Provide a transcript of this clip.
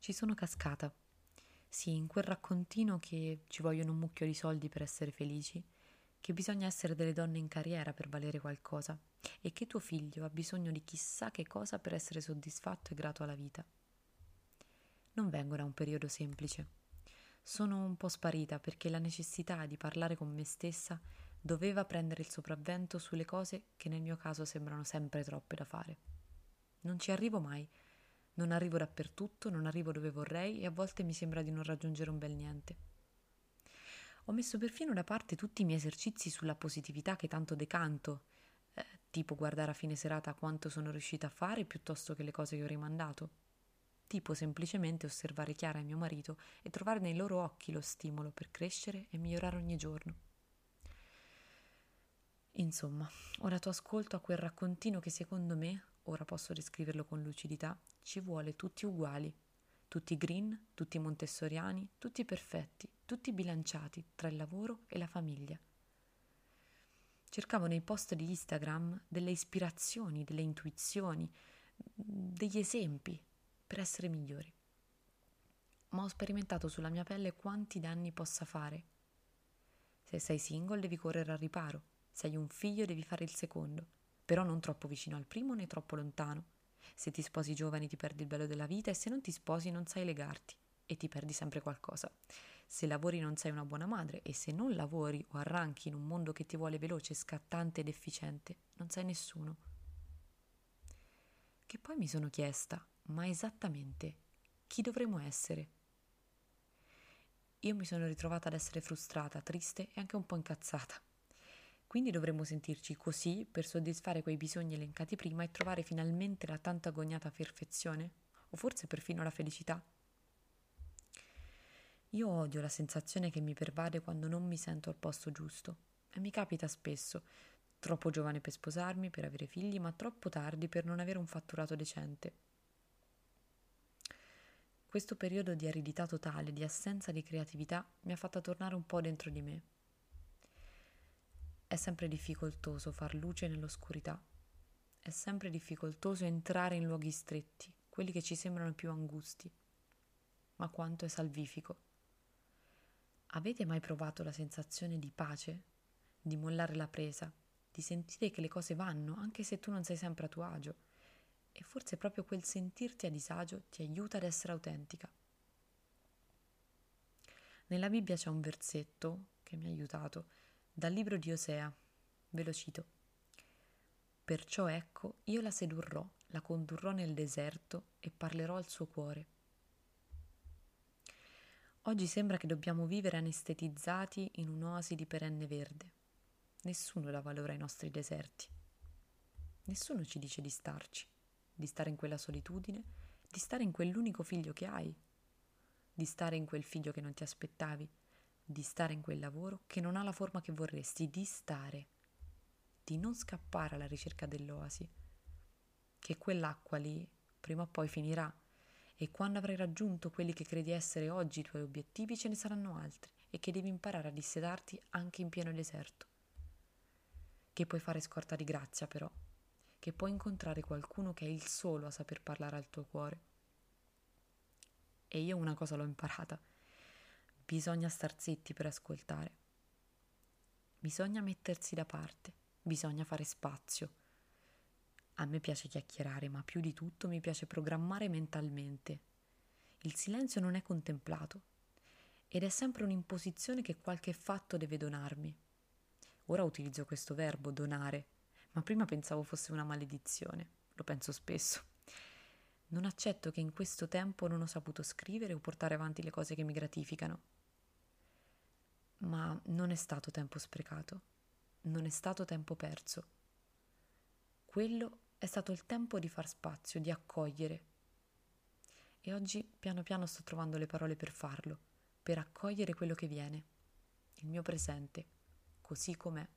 Ci sono cascata. Sì, in quel raccontino che ci vogliono un mucchio di soldi per essere felici, che bisogna essere delle donne in carriera per valere qualcosa e che tuo figlio ha bisogno di chissà che cosa per essere soddisfatto e grato alla vita. Non vengo da un periodo semplice. Sono un po' sparita perché la necessità di parlare con me stessa doveva prendere il sopravvento sulle cose che nel mio caso sembrano sempre troppe da fare. Non ci arrivo mai, non arrivo dappertutto, non arrivo dove vorrei e a volte mi sembra di non raggiungere un bel niente. Ho messo perfino da parte tutti i miei esercizi sulla positività che tanto decanto, tipo guardare a fine serata quanto sono riuscita a fare piuttosto che le cose che ho rimandato, tipo semplicemente osservare Chiara e mio marito e trovare nei loro occhi lo stimolo per crescere e migliorare ogni giorno. Insomma, ora tu ascolto a quel raccontino che secondo me, ora posso descriverlo con lucidità, ci vuole tutti uguali, tutti green, tutti montessoriani, tutti perfetti, tutti bilanciati tra il lavoro e la famiglia. Cercavo nei post di Instagram delle ispirazioni, delle intuizioni, degli esempi per essere migliori. Ma ho sperimentato sulla mia pelle quanti danni possa fare. Se sei single devi correre al riparo, se hai un figlio devi fare il secondo, però non troppo vicino al primo né troppo lontano. Se ti sposi giovani ti perdi il bello della vita e se non ti sposi non sai legarti e ti perdi sempre qualcosa. Se lavori non sei una buona madre e se non lavori o arranchi in un mondo che ti vuole veloce, scattante ed efficiente, non sei nessuno. Che poi mi sono chiesta, ma esattamente chi dovremmo essere? Io mi sono ritrovata ad essere frustrata, triste e anche un po' incazzata. Quindi dovremmo sentirci così per soddisfare quei bisogni elencati prima e trovare finalmente la tanto agognata perfezione? O forse perfino la felicità? Io odio la sensazione che mi pervade quando non mi sento al posto giusto. E mi capita spesso, troppo giovane per sposarmi, per avere figli, ma troppo tardi per non avere un fatturato decente. Questo periodo di aridità totale, di assenza di creatività, mi ha fatta tornare un po' dentro di me. È sempre difficoltoso far luce nell'oscurità. È sempre difficoltoso entrare in luoghi stretti, quelli che ci sembrano più angusti. Ma quanto è salvifico. Avete mai provato la sensazione di pace? Di mollare la presa? Di sentire che le cose vanno, anche se tu non sei sempre a tuo agio? E forse proprio quel sentirti a disagio ti aiuta ad essere autentica. Nella Bibbia c'è un versetto che mi ha aiutato, dal libro di Osea. Ve lo cito. Perciò ecco, io la sedurrò, la condurrò nel deserto e parlerò al suo cuore. Oggi sembra che dobbiamo vivere anestetizzati in un'oasi di perenne verde. Nessuno dà valore ai nostri deserti. Nessuno ci dice di starci, di stare in quella solitudine, di stare in quell'unico figlio che hai, di stare in quel figlio che non ti aspettavi, di stare in quel lavoro che non ha la forma che vorresti, di stare, di non scappare alla ricerca dell'oasi, che quell'acqua lì prima o poi finirà e quando avrai raggiunto quelli che credi essere oggi i tuoi obiettivi ce ne saranno altri e che devi imparare a dissedarti anche in pieno deserto. Che puoi fare scorta di grazia però, che puoi incontrare qualcuno che è il solo a saper parlare al tuo cuore. E io una cosa l'ho imparata, bisogna star zitti per ascoltare, bisogna mettersi da parte, bisogna fare spazio. A me piace chiacchierare, ma più di tutto mi piace programmare mentalmente. Il silenzio non è contemplato ed è sempre un'imposizione che qualche fatto deve donarmi. Ora utilizzo questo verbo, donare, ma prima pensavo fosse una maledizione. Lo penso spesso. Non accetto che in questo tempo non ho saputo scrivere o portare avanti le cose che mi gratificano. Ma non è stato tempo sprecato, non è stato tempo perso. Quello è stato il tempo di far spazio, di accogliere. E oggi piano piano sto trovando le parole per farlo, per accogliere quello che viene, il mio presente, così com'è.